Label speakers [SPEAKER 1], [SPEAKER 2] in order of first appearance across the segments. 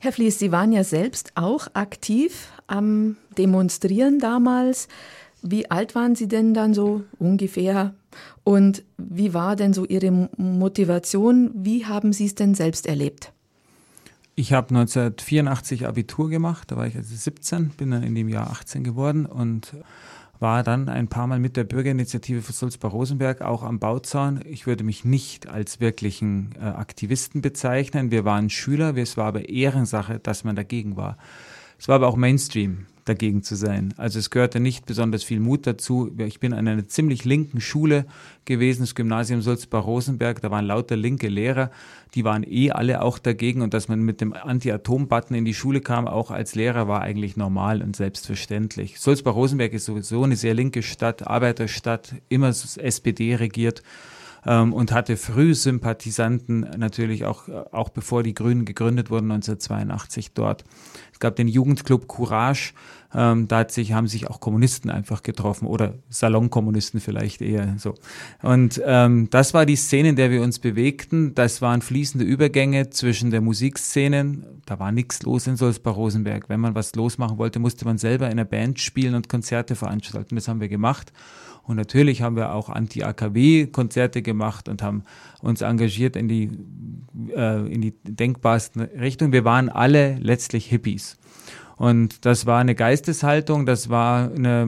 [SPEAKER 1] Herr Flies, Sie waren ja selbst auch aktiv am Demonstrieren damals. Wie alt waren Sie denn dann so ungefähr? Und wie war denn so Ihre Motivation? Wie haben Sie es denn selbst erlebt?
[SPEAKER 2] Ich habe 1984 Abitur gemacht, da war ich also 17, bin dann in dem Jahr 18 geworden und war dann ein paar Mal mit der Bürgerinitiative für Sulzbach-Rosenberg auch am Bauzaun. Ich würde mich nicht als wirklichen Aktivisten bezeichnen. Wir waren Schüler, es war aber Ehrensache, dass man dagegen war. Es war aber auch Mainstream, dagegen zu sein. Also es gehörte nicht besonders viel Mut dazu. Ich bin an einer ziemlich linken Schule gewesen, das Gymnasium Sulzbach-Rosenberg, da waren lauter linke Lehrer, die waren alle auch dagegen und dass man mit dem Anti-Atom-Button in die Schule kam, auch als Lehrer, war eigentlich normal und selbstverständlich. Sulzbach-Rosenberg ist sowieso eine sehr linke Stadt, Arbeiterstadt, immer SPD regiert. Und hatte früh Sympathisanten, natürlich auch bevor die Grünen gegründet wurden, 1982 dort. Es gab den Jugendclub Courage, da haben sich auch Kommunisten einfach getroffen oder Salonkommunisten vielleicht eher so. Und das war die Szene, in der wir uns bewegten. Das waren fließende Übergänge zwischen der Musikszene. Da war nichts los in Sulzbach-Rosenberg. Wenn man was losmachen wollte, musste man selber in einer Band spielen und Konzerte veranstalten. Das haben wir gemacht. Und natürlich haben wir auch Anti-AKW-Konzerte gemacht und haben uns engagiert in die denkbarsten Richtungen. Wir waren alle letztlich Hippies. Und das war eine Geisteshaltung, das war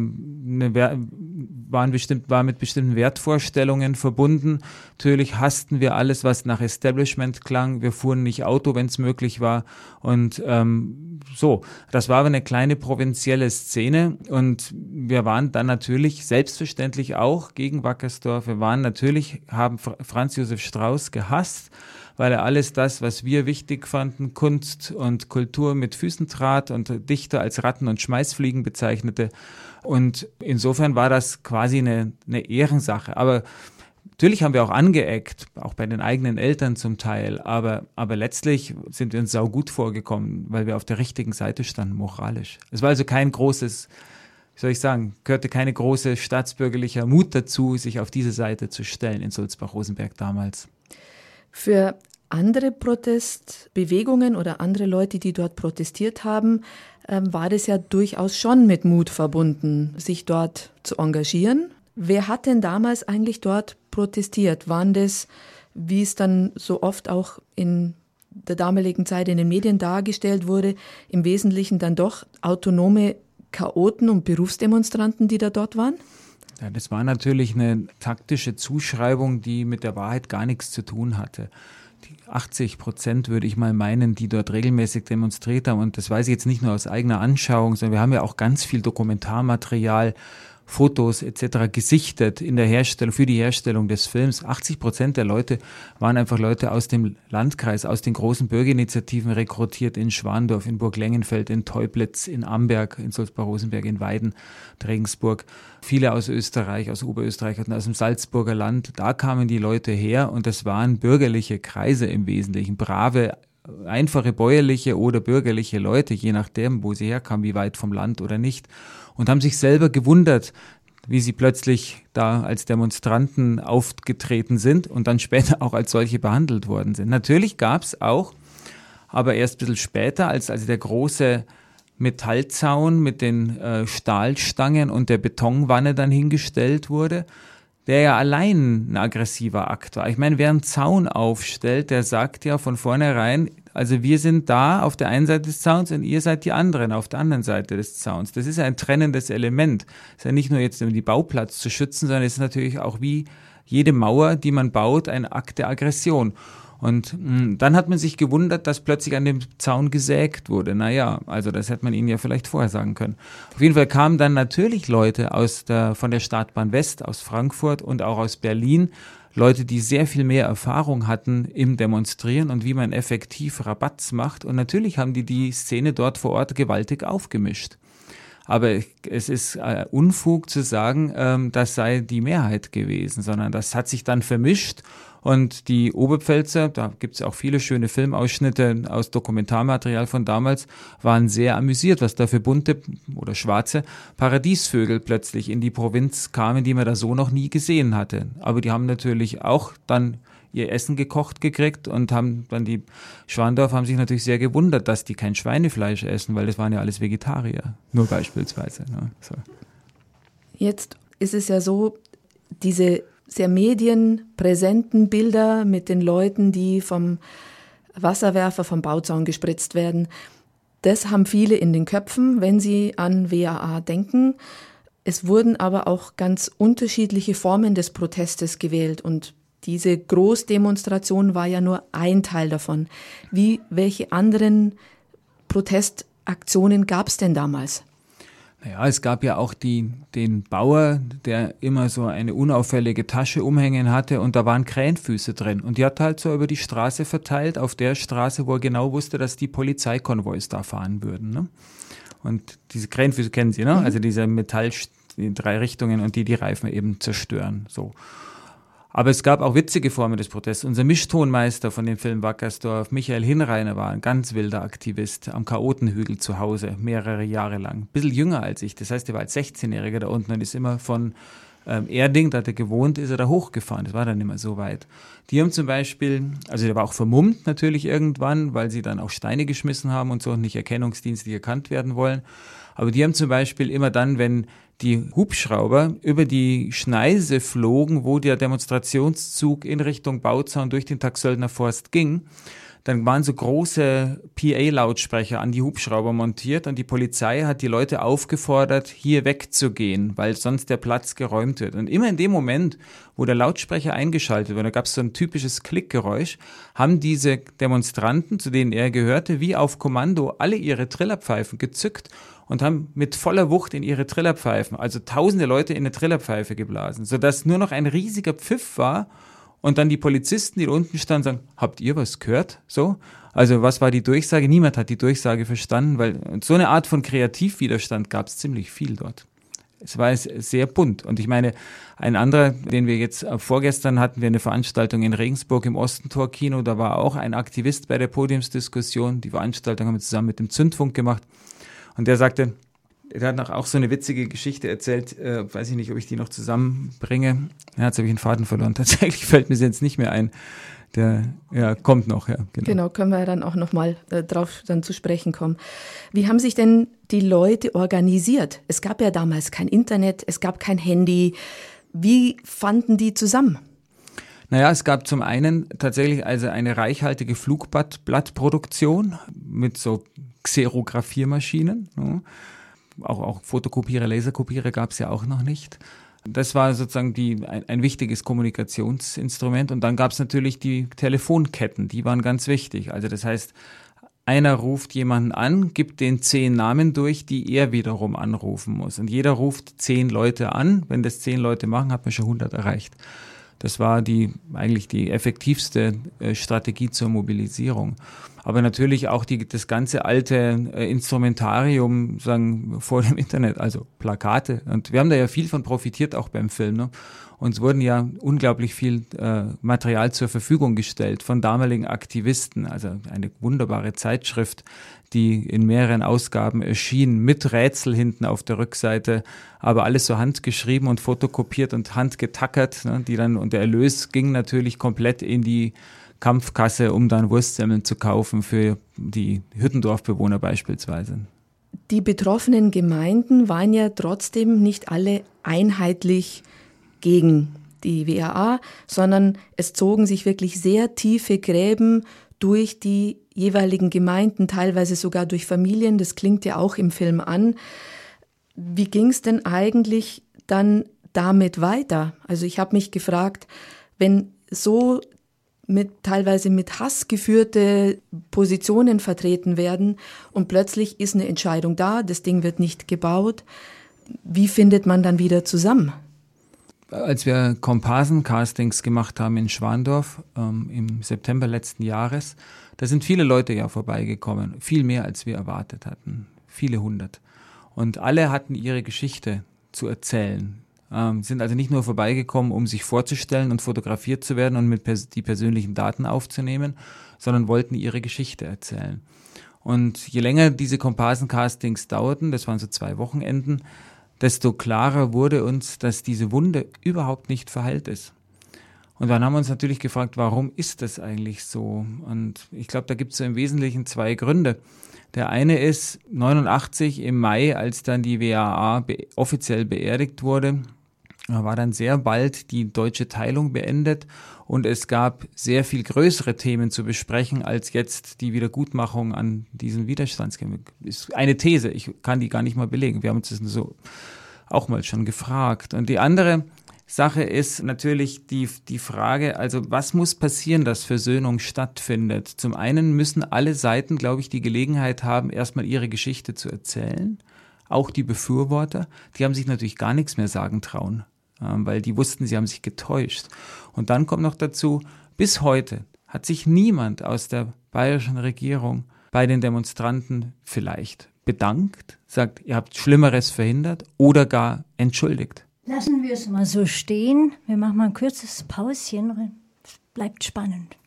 [SPEAKER 2] mit bestimmten Wertvorstellungen verbunden. Natürlich hassten wir alles, was nach Establishment klang. Wir fuhren nicht Auto, wenn es möglich war. Und das war aber eine kleine provinzielle Szene. Und wir waren dann natürlich selbstverständlich auch gegen Wackersdorf. Haben Franz Josef Strauß gehasst, weil er alles das, was wir wichtig fanden, Kunst und Kultur mit Füßen trat und Dichter als Ratten und Schmeißfliegen bezeichnete. Und insofern war das quasi eine Ehrensache. Aber natürlich haben wir auch angeeckt, auch bei den eigenen Eltern zum Teil. Aber letztlich sind wir uns saugut vorgekommen, weil wir auf der richtigen Seite standen, moralisch. Es war also gehörte keine große staatsbürgerlicher Mut dazu, sich auf diese Seite zu stellen in Sulzbach-Rosenberg damals.
[SPEAKER 1] Für andere Protestbewegungen oder andere Leute, die dort protestiert haben, war das ja durchaus schon mit Mut verbunden, sich dort zu engagieren. Wer hat denn damals eigentlich dort protestiert? Waren das, wie es dann so oft auch in der damaligen Zeit in den Medien dargestellt wurde, im Wesentlichen dann doch autonome Chaoten und Berufsdemonstranten, die da dort waren?
[SPEAKER 2] Ja, das war natürlich eine taktische Zuschreibung, die mit der Wahrheit gar nichts zu tun hatte. Die 80% würde ich mal meinen, die dort regelmäßig demonstriert haben. Und das weiß ich jetzt nicht nur aus eigener Anschauung, sondern wir haben ja auch ganz viel Dokumentarmaterial, Fotos etc. gesichtet für die Herstellung des Films. 80% der Leute waren einfach Leute aus dem Landkreis, aus den großen Bürgerinitiativen rekrutiert in Schwandorf, in Burglengenfeld, in Teublitz, in Amberg, in Sulzbach-Rosenberg, in Weiden, Regensburg. Viele aus Österreich, aus Oberösterreich und aus dem Salzburger Land. Da kamen die Leute her und das waren bürgerliche Kreise im Wesentlichen, brave, einfache bäuerliche oder bürgerliche Leute, je nachdem, wo sie herkamen, wie weit vom Land oder nicht, und haben sich selber gewundert, wie sie plötzlich da als Demonstranten aufgetreten sind und dann später auch als solche behandelt worden sind. Natürlich gab es auch, aber erst ein bisschen später, als der große Metallzaun mit den Stahlstangen und der Betonwanne dann hingestellt wurde, der ja allein ein aggressiver Akt war. Ich meine, wer einen Zaun aufstellt, der sagt ja von vornherein, also wir sind da auf der einen Seite des Zauns und ihr seid die anderen auf der anderen Seite des Zauns. Das ist ein trennendes Element. Es ist ja nicht nur jetzt, um die Bauplatz zu schützen, sondern es ist natürlich auch wie jede Mauer, die man baut, ein Akt der Aggression. Und dann hat man sich gewundert, dass plötzlich an dem Zaun gesägt wurde. Naja, also das hätte man ihnen ja vielleicht vorher sagen können. Auf jeden Fall kamen dann natürlich Leute von der Startbahn West, aus Frankfurt und auch aus Berlin, Leute, die sehr viel mehr Erfahrung hatten im Demonstrieren und wie man effektiv Rabatz macht. Und natürlich haben die Szene dort vor Ort gewaltig aufgemischt. Aber es ist Unfug zu sagen, das sei die Mehrheit gewesen, sondern das hat sich dann vermischt. Und die Oberpfälzer, da gibt es auch viele schöne Filmausschnitte aus Dokumentarmaterial von damals, waren sehr amüsiert, was da für bunte oder schwarze Paradiesvögel plötzlich in die Provinz kamen, die man da so noch nie gesehen hatte. Aber die haben natürlich auch dann ihr Essen gekocht gekriegt und haben dann die Schwandorf haben sich natürlich sehr gewundert, dass die kein Schweinefleisch essen, weil das waren ja alles Vegetarier, nur beispielsweise. Ne? So.
[SPEAKER 1] Jetzt ist es ja so, diese sehr medienpräsenten Bilder mit den Leuten, die vom Wasserwerfer, vom Bauzaun gespritzt werden, das haben viele in den Köpfen, wenn sie an WAA denken. Es wurden aber auch ganz unterschiedliche Formen des Protestes gewählt und diese Großdemonstration war ja nur ein Teil davon. Welche anderen Protestaktionen gab es denn damals?
[SPEAKER 2] Naja, es gab ja auch den Bauer, der immer so eine unauffällige Tasche umhängen hatte und da waren Krähenfüße drin. Und die hat er halt so über die Straße verteilt, auf der Straße, wo er genau wusste, dass die Polizeikonvois da fahren würden. Ne? Und diese Krähenfüße kennen Sie, ne? Also diese Metall in 3 Richtungen und die Reifen eben zerstören. So. Aber es gab auch witzige Formen des Protests. Unser Mischtonmeister von dem Film Wackersdorf, Michael Hinreiner, war ein ganz wilder Aktivist am Chaotenhügel zu Hause, mehrere Jahre lang. Ein bisschen jünger als ich, das heißt, er war als 16-Jähriger da unten und ist immer von Erding, da hat er gewohnt, ist er da hochgefahren. Das war dann nicht mehr so weit. Die haben zum Beispiel, also der war auch vermummt natürlich irgendwann, weil sie dann auch Steine geschmissen haben und so und nicht erkennungsdienstlich erkannt werden wollen. Aber die haben zum Beispiel immer dann, wenn die Hubschrauber über die Schneise flogen, wo der Demonstrationszug in Richtung Bauzaun durch den Tagsöldner Forst ging, dann waren so große PA-Lautsprecher an die Hubschrauber montiert und die Polizei hat die Leute aufgefordert, hier wegzugehen, weil sonst der Platz geräumt wird. Und immer in dem Moment, wo der Lautsprecher eingeschaltet wurde, da gab es so ein typisches Klickgeräusch, haben diese Demonstranten, zu denen er gehörte, wie auf Kommando alle ihre Trillerpfeifen gezückt und haben mit voller Wucht in ihre Trillerpfeifen, also tausende Leute in eine Trillerpfeife geblasen, sodass nur noch ein riesiger Pfiff war und dann die Polizisten, die da unten standen, sagen, habt ihr was gehört? So, also was war die Durchsage? Niemand hat die Durchsage verstanden, weil so eine Art von Kreativwiderstand gab es ziemlich viel dort. Es war sehr bunt. Und ich meine, ein anderer, den wir jetzt vorgestern hatten, wir eine Veranstaltung in Regensburg im Ostentor-Kino, da war auch ein Aktivist bei der Podiumsdiskussion. Die Veranstaltung haben wir zusammen mit dem Zündfunk gemacht. Und der sagte, er hat auch so eine witzige Geschichte erzählt, weiß ich nicht, ob ich die noch zusammenbringe. Ja, jetzt habe ich den Faden verloren. Tatsächlich fällt mir jetzt nicht mehr ein. Der kommt noch, ja.
[SPEAKER 1] Genau, können wir dann auch nochmal drauf dann zu sprechen kommen. Wie haben sich denn die Leute organisiert? Es gab ja damals kein Internet, es gab kein Handy. Wie fanden die zusammen?
[SPEAKER 2] Naja, es gab zum einen tatsächlich also eine reichhaltige Flugblattproduktion mit so Xerographiermaschinen. Ja. Auch Fotokopierer, Laserkopierer gab es ja auch noch nicht. Das war sozusagen ein wichtiges Kommunikationsinstrument. Und dann gab es natürlich die Telefonketten, die waren ganz wichtig. Also das heißt, einer ruft jemanden an, gibt den 10 Namen durch, die er wiederum anrufen muss. Und jeder ruft 10 Leute an. Wenn das 10 Leute machen, hat man schon 100 erreicht. Das war eigentlich die effektivste Strategie zur Mobilisierung. Aber natürlich auch das ganze alte Instrumentarium sagen vor dem Internet, also Plakate. Und wir haben da ja viel von profitiert, auch beim Film. Ne? Uns wurden ja unglaublich viel Material zur Verfügung gestellt von damaligen Aktivisten. Also eine wunderbare Zeitschrift, die in mehreren Ausgaben erschien, mit Rätsel hinten auf der Rückseite, aber alles so handgeschrieben und fotokopiert und handgetackert. Ne? Und der Erlös ging natürlich komplett in die Kampfkasse, um dann Wurstsemmeln zu kaufen für die Hüttendorfbewohner beispielsweise.
[SPEAKER 1] Die betroffenen Gemeinden waren ja trotzdem nicht alle einheitlich gegen die WAA, sondern es zogen sich wirklich sehr tiefe Gräben durch die jeweiligen Gemeinden, teilweise sogar durch Familien. Das klingt ja auch im Film an. Wie ging es denn eigentlich dann damit weiter? Also ich habe mich gefragt, wenn so teilweise mit Hass geführte Positionen vertreten werden und plötzlich ist eine Entscheidung da, das Ding wird nicht gebaut, wie findet man dann wieder zusammen?
[SPEAKER 2] Als wir Komparsen-Castings gemacht haben in Schwandorf im September letzten Jahres, da sind viele Leute ja vorbeigekommen, viel mehr als wir erwartet hatten, viele 100. Und alle hatten ihre Geschichte zu erzählen. Sind also nicht nur vorbeigekommen, um sich vorzustellen und fotografiert zu werden und mit die persönlichen Daten aufzunehmen, sondern wollten ihre Geschichte erzählen. Und je länger diese Komparsen-Castings dauerten, das waren so 2 Wochenenden, desto klarer wurde uns, dass diese Wunde überhaupt nicht verheilt ist. Und dann haben wir uns natürlich gefragt, warum ist das eigentlich so? Und ich glaube, da gibt es so im Wesentlichen 2 Gründe. Der eine ist 89 im Mai, als dann die WAA offiziell beerdigt wurde, war dann sehr bald die deutsche Teilung beendet und es gab sehr viel größere Themen zu besprechen als jetzt die Wiedergutmachung an diesen Widerstandskämpfen. Ist eine These, ich kann die gar nicht mal belegen. Wir haben uns das so auch mal schon gefragt. Und die andere Sache ist natürlich die Frage, also was muss passieren, dass Versöhnung stattfindet? Zum einen müssen alle Seiten, glaube ich, die Gelegenheit haben, erstmal ihre Geschichte zu erzählen. Auch die Befürworter, die haben sich natürlich gar nichts mehr sagen trauen, weil die wussten, sie haben sich getäuscht. Und dann kommt noch dazu, bis heute hat sich niemand aus der bayerischen Regierung bei den Demonstranten vielleicht bedankt, sagt, ihr habt Schlimmeres verhindert oder gar entschuldigt.
[SPEAKER 3] Lassen wir es mal so stehen. Wir machen mal ein kurzes Pauschen. Es bleibt spannend.